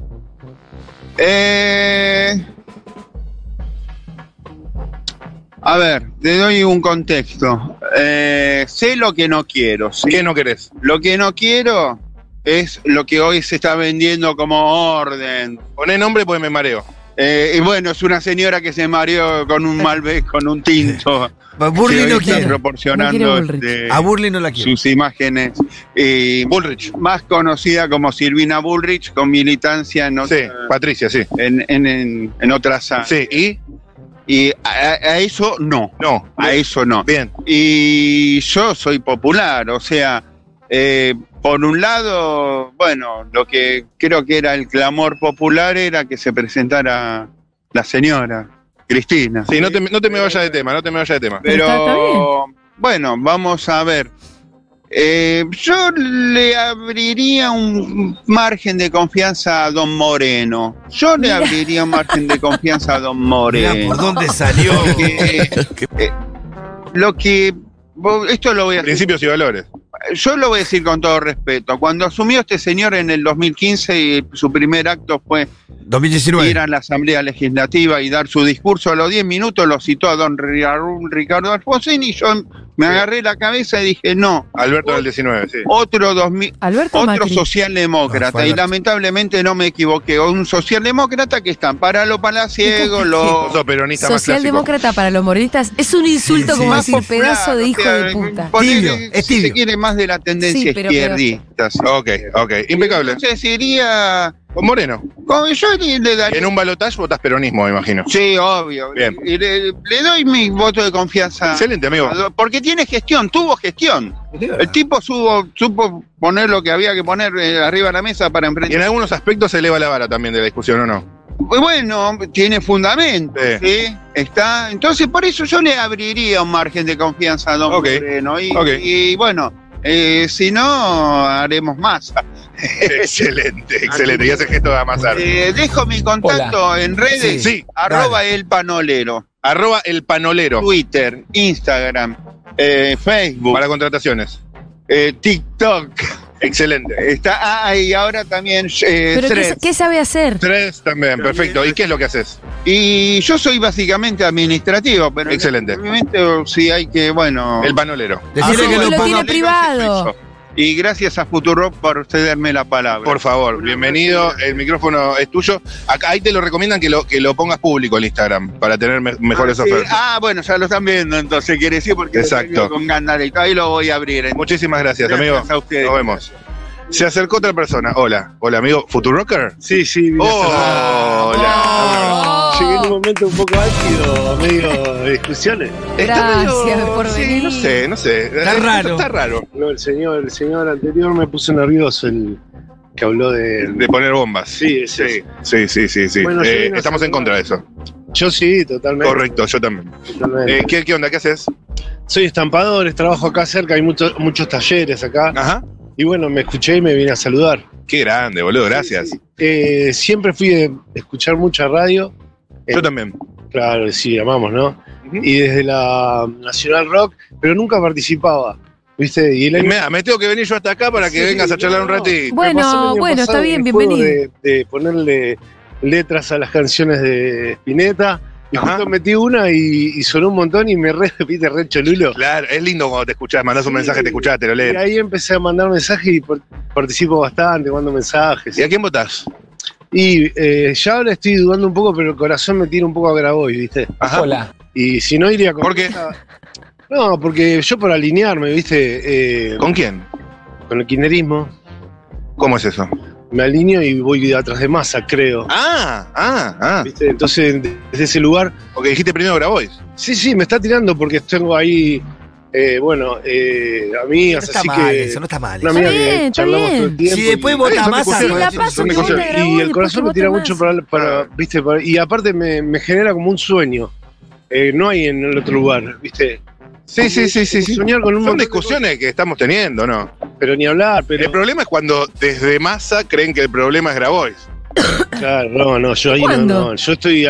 A ver, te doy un contexto. Sé lo que no quiero. ¿Sí? ¿Qué no querés? Lo que no quiero es lo que hoy se está vendiendo como orden. Poné nombre porque me mareo. Y bueno, es una señora que se mareó con un Malbec, con un tinto. Burley no quiere. Proporcionando a Burley no la quiere. Sus imágenes. Bullrich. Más conocida como Silvina Bullrich, con militancia en otra, sí, Patricia, sí. En otras áreas. Sí, y a eso no. No. A eso no. Bien. Y yo soy popular, o sea, por un lado, bueno, lo que creo que era el clamor popular era que se presentara la señora Cristina. Sí, no te me vayas de tema, Pero, bueno, vamos a ver. Yo le abriría un margen de confianza a Don Moreno. Mirá, ¿por dónde salió? Esto lo voy a... Principios y valores. Yo lo voy a decir con todo respeto. Cuando asumió este señor en el 2015 y su primer acto fue 2019. Ir a la Asamblea Legislativa y dar su discurso, a los 10 minutos lo citó a don Ricardo Alfonsín y yo me agarré la cabeza y dije no. Alberto del 19, sí. Otro Macri. socialdemócrata, y lamentablemente no me equivoqué. Un socialdemócrata que están para los palaciegos, los... peronistas socialdemócrata más para los morenistas es un insulto, como más decir popular, pedazo de hijo de puta. Tibio, es Si tibio. se quiere más de la tendencia izquierdista. Sí. Ok, impecable. Entonces iría... Con Moreno. Yo le daría... En un balotaje votás peronismo, me imagino. Sí, obvio. Bien. Y le doy mi voto de confianza. Excelente, amigo. Porque tiene gestión, tuvo gestión. El tipo supo poner lo que había que poner arriba de la mesa para emprender. Y en algunos aspectos se eleva la vara también de la discusión, ¿o no? Bueno, tiene fundamento, ¿sí? Está. Entonces, por eso yo le abriría un margen de confianza a don Moreno. Y bueno, si no, haremos masa. Excelente. Y hace gesto de amasar. Dejo mi contacto en redes. Sí. @elpanolero. El Panolero. Twitter, Instagram, Facebook. Para contrataciones. TikTok. Excelente. Y ahora también ¿Pero Threads. qué sabe hacer? Threads también, perfecto. ¿Y qué es lo que haces? Y yo soy básicamente administrativo, pero excelente. Obviamente sí hay que, bueno... El Panolero. Decirle que lo tiene privado. Y gracias a Futurock por cederme la palabra. Por favor, bienvenido. El micrófono es tuyo. Acá, ahí te lo recomiendan que lo pongas público en Instagram para tener mejores ofertas. Bueno, ya lo están viendo, entonces quiere decir porque exacto. Con Gandalito. Ahí lo voy a abrir. Muchísimas gracias, amigo. A ustedes. Nos vemos. Se acercó otra persona. Hola, amigo. ¿Futurocker? Sí. Hola. Llegué en un momento un poco álgido, medio de discusiones. Gracias por venir. No sé. Está raro. No, el señor anterior me puso nervioso, el que habló de poner bombas. Sí. Bueno, estamos en contra de eso. Yo sí, totalmente. Correcto, yo también. Totalmente. ¿Qué onda? ¿Qué haces? Soy estampador, trabajo acá cerca, hay muchos talleres acá. Ajá. Y bueno, me escuché y me vine a saludar. Qué grande, boludo, gracias. Siempre fui de escuchar mucha radio. Yo también. Claro, sí, amamos, ¿no? Y desde la Nacional Rock, pero nunca participaba, ¿viste? Y me tengo que venir yo hasta acá para que vengas a charlar un ratito. Bueno, está bien, bienvenido. De ponerle letras a las canciones de Spinetta. Y justo metí una y sonó un montón y me repite re cholulo. Claro, es lindo cuando te escuchás, mandás un mensaje, te escuchás, te lo lees. Y ahí empecé a mandar mensajes y participo bastante, mando mensajes. ¿Y a quién votás? Y ya ahora estoy dudando un poco, pero el corazón me tira un poco a Grabois, ¿viste? Ajá. Hola. Y si no iría con... ¿Por qué? No, porque yo por alinearme, ¿viste? ¿Con quién? Con el kirchnerismo. ¿Cómo es eso? Me alineo y voy atrás de Massa, creo. ¿Viste? Entonces, desde ese lugar... Porque dijiste primero Grabois. Sí, me está tirando porque tengo ahí, amigas, no así mal, que... eso no está mal. Una amiga que charlamos todo el tiempo. Si después vota Massa... Y el corazón me tira mucho para ¿viste? Y aparte me genera como un sueño. No hay en el otro lugar, ¿viste? Sí. Soñar con un Son discusiones que estamos teniendo, ¿no? Pero ni hablar, El problema es cuando desde Massa creen que el problema es Grabois. Claro, no, yo ahí no. Yo estoy...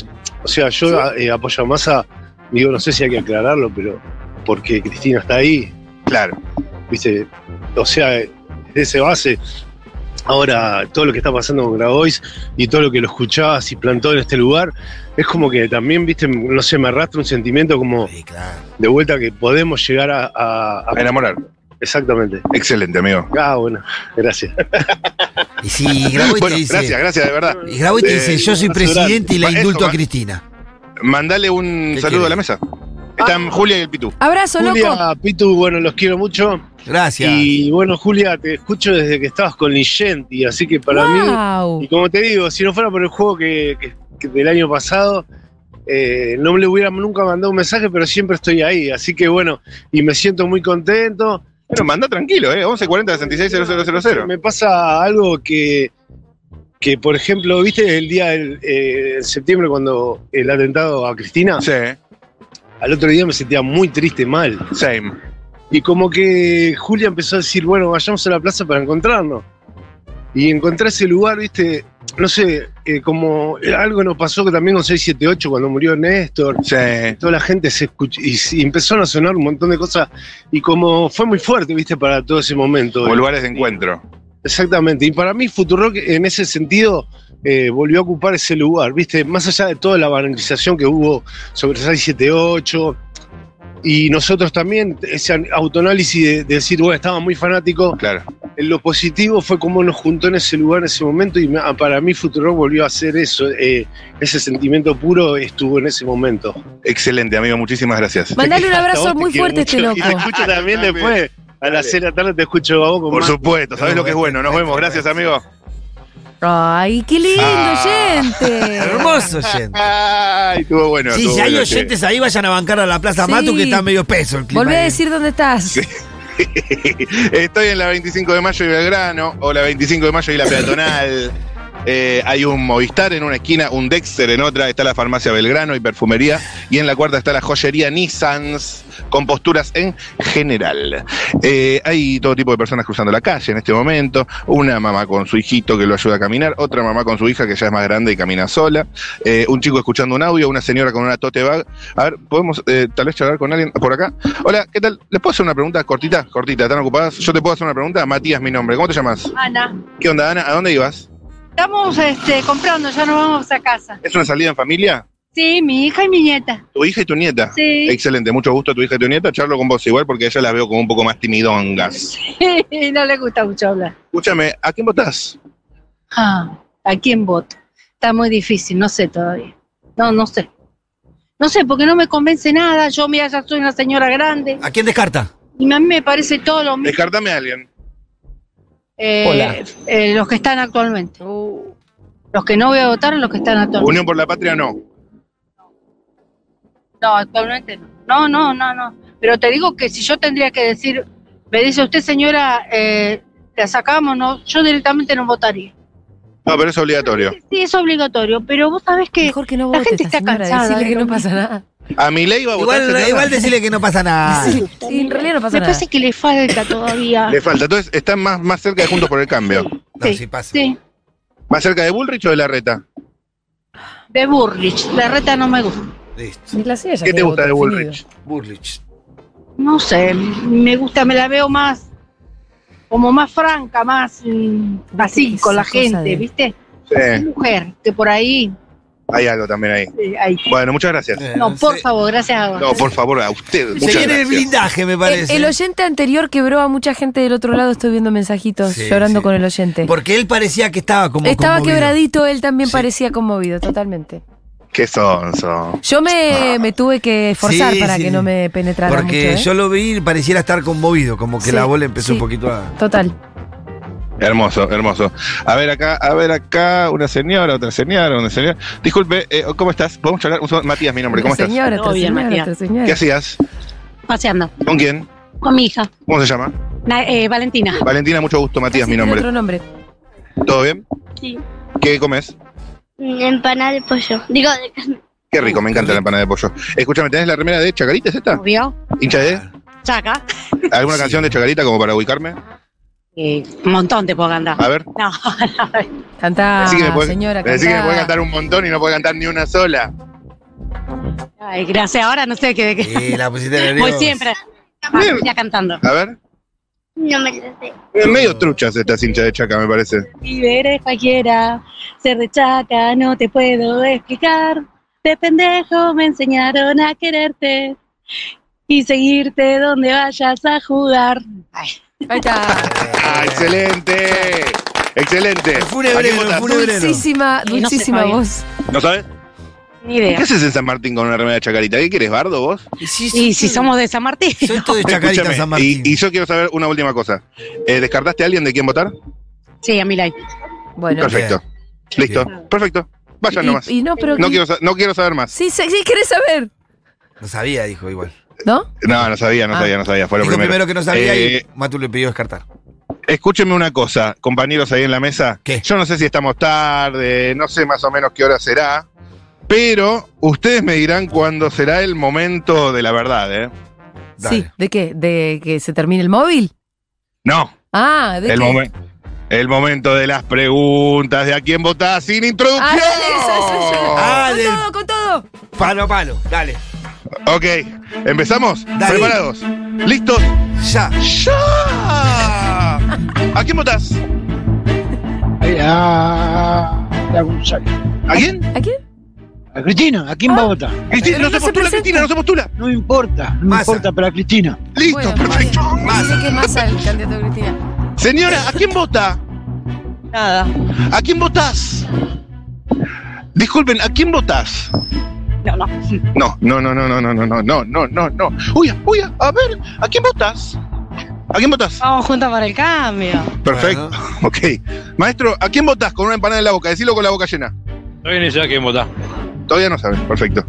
yo apoyo a Massa, digo, no sé si hay que aclararlo, pero porque Cristina está ahí. Claro. ¿Viste? O sea, desde ese base... Ahora, todo lo que está pasando con Grabois y todo lo que lo escuchabas y plantó en este lugar, es como que también, viste, no sé, me arrastra un sentimiento como de vuelta que podemos llegar a enamorar. Exactamente. Excelente, amigo. Bueno, gracias. Y si Grabois te dice... Gracias, de verdad. Y Grabois te dice, yo soy presidente y la indulto a Cristina. Mandale un saludo a la mesa. Están Julia y el Pitu. Abrazo, Julia, loco. Pitu, bueno, los quiero mucho. Gracias. Y bueno, Julia, te escucho desde que estabas con Ligenti, así que para mí, y como te digo, si no fuera por el juego que del año pasado, no le hubiera nunca mandado un mensaje, pero siempre estoy ahí, así que bueno, y me siento muy contento. Bueno, manda tranquilo, 1140-660000. Me pasa algo que por ejemplo, ¿viste el día en septiembre cuando el atentado a Cristina? Sí. Al otro día me sentía muy triste, mal. Same. Y como que Julia empezó a decir, bueno, vayamos a la plaza para encontrarnos. Y encontrar ese lugar, viste, no sé, como algo nos pasó que también con 678 cuando murió Néstor. Sí. Toda la gente se escuchó y empezaron a sonar un montón de cosas. Y como fue muy fuerte, viste, para todo ese momento. Como lugares de encuentro. Exactamente. Y para mí Futurock en ese sentido volvió a ocupar ese lugar, viste, más allá de toda la banalización que hubo sobre 678. Y nosotros también, ese autoanálisis de decir, bueno, estaba muy fanático. Claro. Lo positivo fue cómo nos juntó en ese lugar, en ese momento, y para mí Futurock volvió a hacer eso. Ese sentimiento puro estuvo en ese momento. Excelente, amigo, muchísimas gracias. Mandale un abrazo muy fuerte a este loco. Y te escucho también después, a las 6 de la tarde te escucho a vos. Por supuesto, sabés lo que es bueno. Nos vemos, gracias, amigo. Ay, qué lindo oyente. Hermoso oyente. Ay, estuvo bueno. Sí, si hay oyentes ahí, vayan a bancar a la Plaza Matu, que está medio peso el clima. Volví a decir dónde estás. Sí. Estoy en la 25 de Mayo y Belgrano, o la 25 de Mayo y la Peatonal. hay un Movistar en una esquina, un Dexter en otra, está la farmacia Belgrano y perfumería, y en la cuarta está la joyería Nissans, con posturas en general. Hay todo tipo de personas cruzando la calle en este momento, una mamá con su hijito que lo ayuda a caminar, otra mamá con su hija que ya es más grande y camina sola, un chico escuchando un audio, una señora con una tote bag. A ver, ¿podemos tal vez charlar con alguien por acá? Hola, ¿qué tal? ¿Les puedo hacer una pregunta cortita? ¿Están ocupadas? Yo te puedo hacer una pregunta. Matías, mi nombre. ¿Cómo te llamas? Ana, ¿Qué onda, Ana? ¿A dónde ibas? estamos comprando, ya nos vamos a casa. ¿Es una salida en familia? Sí, mi hija y mi nieta. ¿Tu hija y tu nieta? Sí. Excelente, mucho gusto a tu hija y tu nieta. Charlo con vos igual porque ella las veo como un poco más timidongas. No le gusta mucho hablar. Escúchame, ¿a quién votás? ¿A quién voto? Está muy difícil, no sé todavía. No sé. No sé, porque no me convence nada. Yo, mira, ya soy una señora grande. ¿A quién descarta? Y a mí me parece todo lo mismo. Descartame a alguien. Los que están actualmente. Los que no voy a votar, los que están actualmente. Unión por la Patria no. No, actualmente no. No. Pero te digo que si yo tendría que decir, me dice usted, señora, la sacamos, no, yo directamente no votaría. No, pero es obligatorio. Sí, es obligatorio, pero vos sabés que, Mejor que no la vote gente esta está señora, cansada. decirle que de no lo pasa mismo. Ah, nada. A Milei va a votar. Igual decirle que no pasa nada. Sí, en realidad no pasa Me nada. parece que le falta todavía. Le falta. Entonces, están más cerca de Juntos por el Cambio. No, sí pasa. Sí, ¿Más cerca de Bullrich o de Larreta? de Burrich. La reta no me gusta. Listo. Ni la silla ya ¿Qué te tiene gusta de voto Bullrich? Burlich. No sé, me gusta, me la veo más, como más franca, más así con la esa cosa gente, de- ¿viste? Sí, Mujer, que por ahí, hay algo también ahí. ahí. Bueno, muchas gracias. No, por favor, gracias a vos. No, por favor, a usted. Se Muchas viene el gracias. blindaje, me parece. El oyente anterior quebró a mucha gente del otro lado. Estoy viendo mensajitos Sí, llorando sí. con el oyente. Porque él parecía que estaba como Estaba conmovido. quebradito, él también Sí. parecía conmovido, totalmente. ¿Qué sonso? Yo me tuve que esforzar Sí, para sí. que no me penetrara Porque mucho. yo lo vi y pareciera estar conmovido, como que Sí, la bola empezó sí. un poquito a... Total. Hermoso, hermoso. A ver acá, una señora. Disculpe, ¿cómo estás? ¿Podemos charlar? Un segundo. Matías, mi nombre, ¿cómo Otra estás? señora, Todo otra bien, señora, Matías. otra señora. ¿Qué hacías? Paseando ¿Con quién? con mi hija, ¿Cómo se llama? Valentina. Valentina, mucho gusto, Matías, Sí, mi tiene nombre. otro nombre. ¿Todo bien? Sí. ¿Qué comes? Empanada de pollo. Digo, de carne. Qué rico, me encanta la empanada de pollo. Escúchame, ¿tenés la remera de Chacarita, es esta? ¿Obvio? ¿Hincha de? Chaca. ¿Alguna canción de Chacarita como para ubicarme? Un montón te puedo cantar. A ver. No, Cantá, Decí que me puede, señora, decí que me cantá. puede cantar un montón y no puede cantar ni una sola. ay, gracias, ahora no sé qué. Sí, la pusiste nerviosa. Voy siempre. Ya cantando. A ver. No me lo sé. Medio truchas estas hinchas de Chaca, me parece. Si eres cualquiera, ser de Chaca no te puedo explicar. De pendejo me enseñaron a quererte y seguirte donde vayas a jugar. Ay. Ahí está. ¡Ah, excelente! ¡Excelente! El funebrero, ¿A quién votás? Dulcísima, no sé, dulcísima Fabián. voz. ¿No sabes? Ni idea. ¿Qué haces en San Martín con una remera de Chacarita? ¿Qué quieres, Bardo, vos? Eh, Y si somos de San Martín. Soy todo de Chacarita Escúchame, San Martín. y yo quiero saber una última cosa. ¿Descartaste a alguien de quién votar? Sí, a Milay. Bueno. Perfecto. Listo. Perfecto. Vayan nomás. Y no, pero No quiero saber más. Sí, querés saber, No sabía, dijo igual. ¿no? No sabía. Fue lo Dijo primero. primero que no sabía y Matu le pidió descartar. Escúchenme una cosa, compañeros ahí en la mesa. ¿Qué? Yo no sé si estamos tarde, no sé más o menos qué hora será, pero ustedes me dirán cuándo será el momento de la verdad, ¿eh? Dale. Sí. ¿De qué? ¿De que se termine el móvil? No, Ah, ¿de qué? el momento de las preguntas, de a quién votás sin introducción. Ah, dale, eso. Ah, Con del todo, con todo. palo, dale. Ok, ¿empezamos? Dale. ¿Preparados? ¿Listos? Ya. ¡Ya! ¿A quién votás? A González. ¿A quién? ¿A quién? A Cristina, ¿a quién va a votar? Cristina, pero no se no se postula, presenta. Cristina, no se postula. No importa, no Massa. importa para Cristina. Listo, Bueno, perfecto. Dice que más al candidato de Cristina. Señora, ¿a quién vota? Nada. ¿A quién votás? Disculpen, ¿a quién votás? No. No. Uy, a ver, ¿a quién votás? ¿A quién votás? Vamos juntos para el cambio. Perfecto, ok. Maestro, ¿a quién votás con una empanada en la boca? Decilo con la boca llena. Todavía ni sé a quién votar. Todavía no saben, perfecto.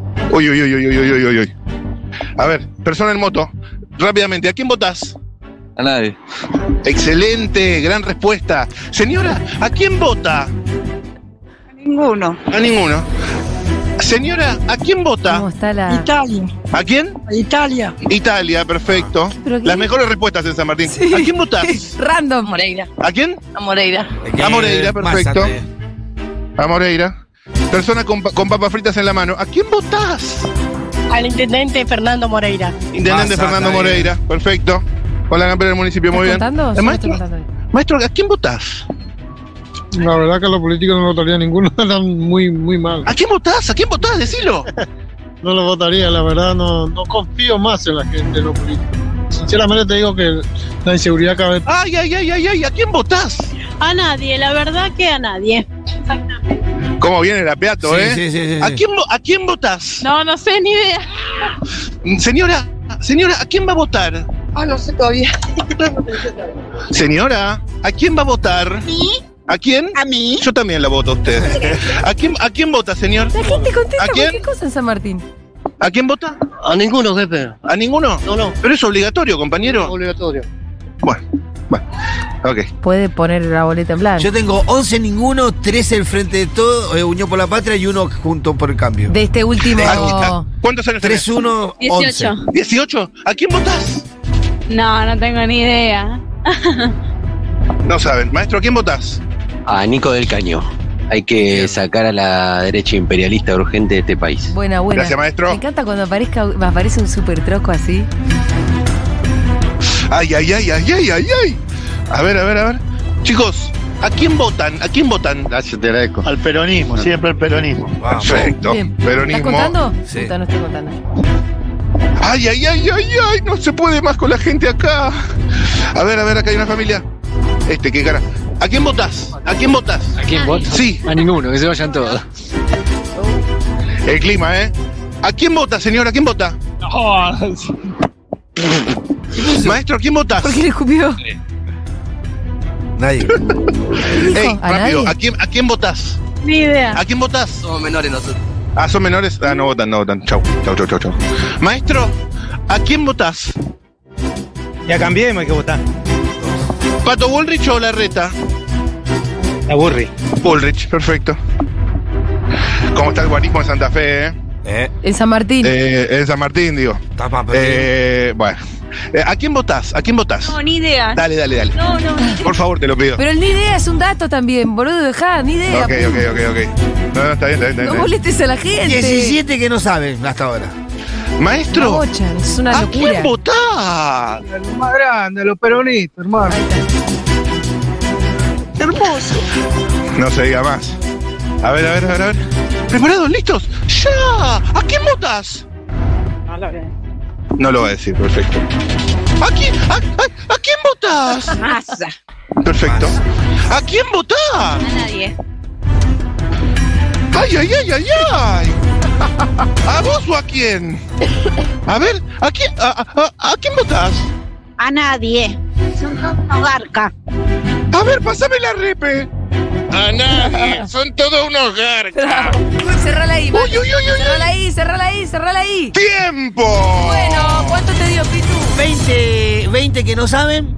Uy. A ver, persona en moto, rápidamente, ¿a quién votás? A nadie. Excelente, gran respuesta. Señora, ¿a quién vota? A ninguno. A ninguno. Señora, ¿a quién vota? ¿Cómo está la...? Italia. ¿A quién? A Italia. Italia, perfecto. ¿Pero qué? Las mejores respuestas en San Martín. Sí. ¿A quién votás? Random. Moreira. ¿A quién? A Moreira. A Moreira, perfecto. Másate. A Moreira. Persona con papas fritas en la mano. ¿A quién votás? Al intendente Fernando Moreira. Intendente Massa, Fernando está bien. Moreira, perfecto. Con la campeona del municipio, muy bien. ¿Contando? Yo no estoy Maestro, contando. maestro, ¿a quién votás? La verdad que los políticos no votaría a ninguno, están muy mal. ¿A quién votás? ¿A quién votás? Decilo. No lo votaría, la verdad, no confío más en la gente, en los políticos. Sinceramente te digo que la inseguridad cada vez... Ay, ¿a quién votás? A nadie, la verdad que a nadie. ¿Cómo viene el apeato, Sí. ¿A quién votás? No sé ni idea. Señora, ¿a quién va a votar? No sé todavía. Señora, ¿a quién va a votar? ¿Sí? ¿A quién? A mí. Yo también la voto a usted. ¿A quién vota, señor? La gente contesta ¿A quién? cualquier cosa en San Martín. ¿A quién vota? A ninguno, jefe. ¿A ninguno? No. Pero es obligatorio, compañero. Obligatorio. Bueno. Ok. Puede poner la boleta en blanco. Yo tengo 11 ninguno, 13 el Frente de Todo, Unión por la Patria y uno junto por el cambio. De este último... ¿Cuántos años tenés? 3-1, 11. 18. ¿A quién votás? No tengo ni idea. No saben. Maestro, ¿a quién votás? A Nico del Caño. Hay que sacar a la derecha imperialista urgente de este país. Buena. Gracias, maestro. Me encanta cuando aparece un super troco así. Ay. A ver. Chicos, ¿a quién votan? Gracias, te agradezco. Al peronismo, siempre al peronismo. Perfecto. Bien. Peronismo. ¿Estás contando? Sí. Puta, no estoy contando. Ay, no se puede más con la gente acá. A ver, acá hay una familia. Qué cara. ¿A quién votás? ¿A quién votás? ¿A quién vota? Sí. A ninguno, que se vayan todos. El clima, ¿eh? ¿A quién vota, señor? ¿A quién vota? Maestro, ¿a quién votás? ¿Por qué le escupió? Nadie. Ey, ¿A rápido, nadie? ¿a quién votás? Ni idea. ¿A quién votás? Somos menores nosotros. Ah, ¿son menores? Ah, no votan. Chau. Maestro, ¿a quién votás? Ya cambiemos, hay que votar. ¿Pato Bullrich o Larreta? La Burri. Bullrich, perfecto. ¿Cómo está el guarismo en Santa Fe, En San Martín. En San Martín, digo. Bueno. ¿A quién votás? No, ni idea. Dale. No. Por favor, te lo pido. Pero el ni idea es un dato también, boludo, dejá, ni idea. Ok. No, está bien. No molestes a la gente. 17 que no saben hasta ahora. Maestro, Una bocha, es una ¿a locura. quién votás? Los más grandes, los peronistas, hermano. Hermoso. No se diga más. A ver. ¿Preparados? ¿Listos? ¡Ya! ¿A quién votás? No lo va a decir, perfecto. ¿A quién votás? Massa. Perfecto. ¿A quién votás? A nadie. ¡Ay! ¿A vos o a quién? A ver, ¿a quién votás? A nadie. Son todos unos garca. A ver, pasame la repe. A nadie. Son todos unos garcas. Cerrala ahí, Uy. cerrala ahí. ¡Tiempo! Bueno, ¿cuánto te dio, Pitu? 20 que no saben,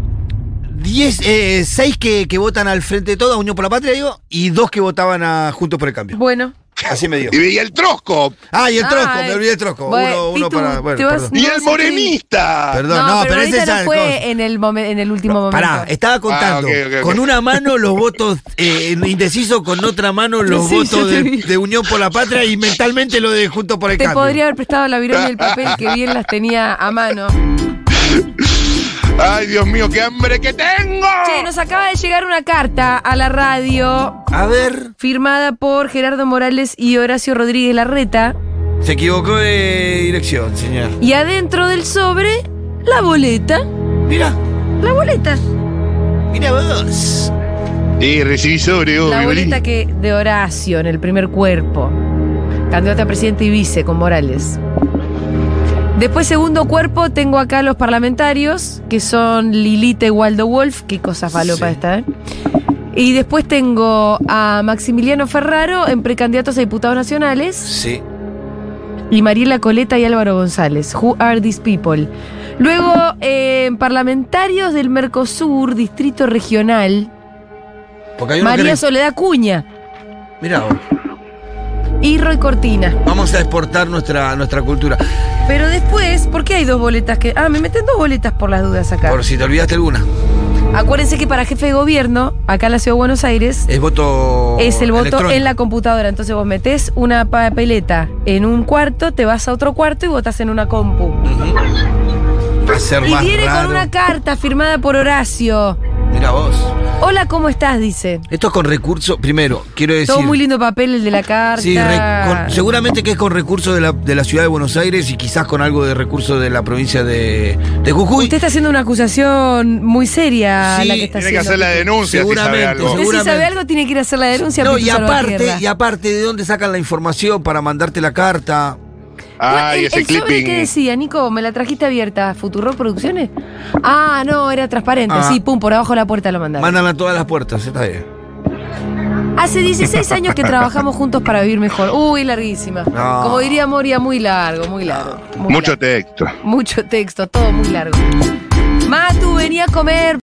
6 que votan al Frente de Todo, a Unión por la Patria, digo, y 2 que votaban a Juntos por el Cambio. Bueno. Así me dio. Y el Trosco. Y el Trosco, me olvidé el Trosco. Bueno, uno Pitu, para. Bueno, te vas- perdón. Y No el sé morenista. Perdón, pero pero ese ahorita ya no fue en el último momento. Pará, estaba contando ok. con una mano los votos indecisos, con otra mano los Sí, yo votos te vi. de Unión por la Patria y mentalmente lo de Juntos por el Te Cambio. podría haber prestado la virome y el papel que bien las tenía a mano. Ay, Dios mío, qué hambre que tengo. Che, nos acaba de llegar una carta a la radio. A ver. Firmada por Gerardo Morales y Horacio Rodríguez Larreta. Se equivocó de dirección, señor. Y adentro del sobre, la boleta. Mira. La boleta. Mira vos. Sí, recibí sobre, La boleta de Horacio en el primer cuerpo. Candidato a presidente y vice con Morales. Después, segundo cuerpo, tengo acá a los parlamentarios, que son Lilita y Waldo Wolf. Qué cosa falopa esta, ¿eh? Y después tengo a Maximiliano Ferraro en precandidatos a diputados nacionales. Sí. y Mariela Coleta y Álvaro González. Who are these people? Luego, parlamentarios del Mercosur, Distrito Regional, María Soledad Cuña. Mirá vos. Y Roy Cortina. Vamos a exportar nuestra cultura. Pero después, ¿por qué hay 2 boletas que...? Me meten 2 boletas por las dudas acá. Por si te olvidaste alguna. Acuérdense que para jefe de gobierno, acá en la Ciudad de Buenos Aires... Es el voto electrónico. En la computadora. Entonces vos metés una papeleta en un cuarto, te vas a otro cuarto y votás en una compu. Va a ser y más viene raro. con una carta firmada por Horacio. Mira vos. Hola, ¿cómo estás? Dice. Esto es con recurso, primero, quiero decir... Todo muy lindo papel, el de la carta. Sí, seguramente que es con recursos de la Ciudad de Buenos Aires y quizás con algo de recursos de la provincia de Jujuy. Usted está haciendo una acusación muy seria. Sí, la que está tiene que haciendo. hacer la denuncia si sabe algo. Usted si sabe algo tiene que ir a hacer la denuncia. No, y aparte, ¿de dónde sacan la información para mandarte la carta? Ay, ese ¿El sobre clipping. qué decía, Nico? ¿Me la trajiste abierta? ¿Futurock Producciones? Ah, no, era transparente. Sí, pum, por abajo de la puerta lo mandaron. Mandan a todas las puertas, está bien. Hace 16 años que trabajamos juntos para vivir mejor. Uy, larguísima. No. Como diría Moria, muy largo, muy largo. Mucho texto. Mucho texto, todo muy largo. Matu, venía a comer.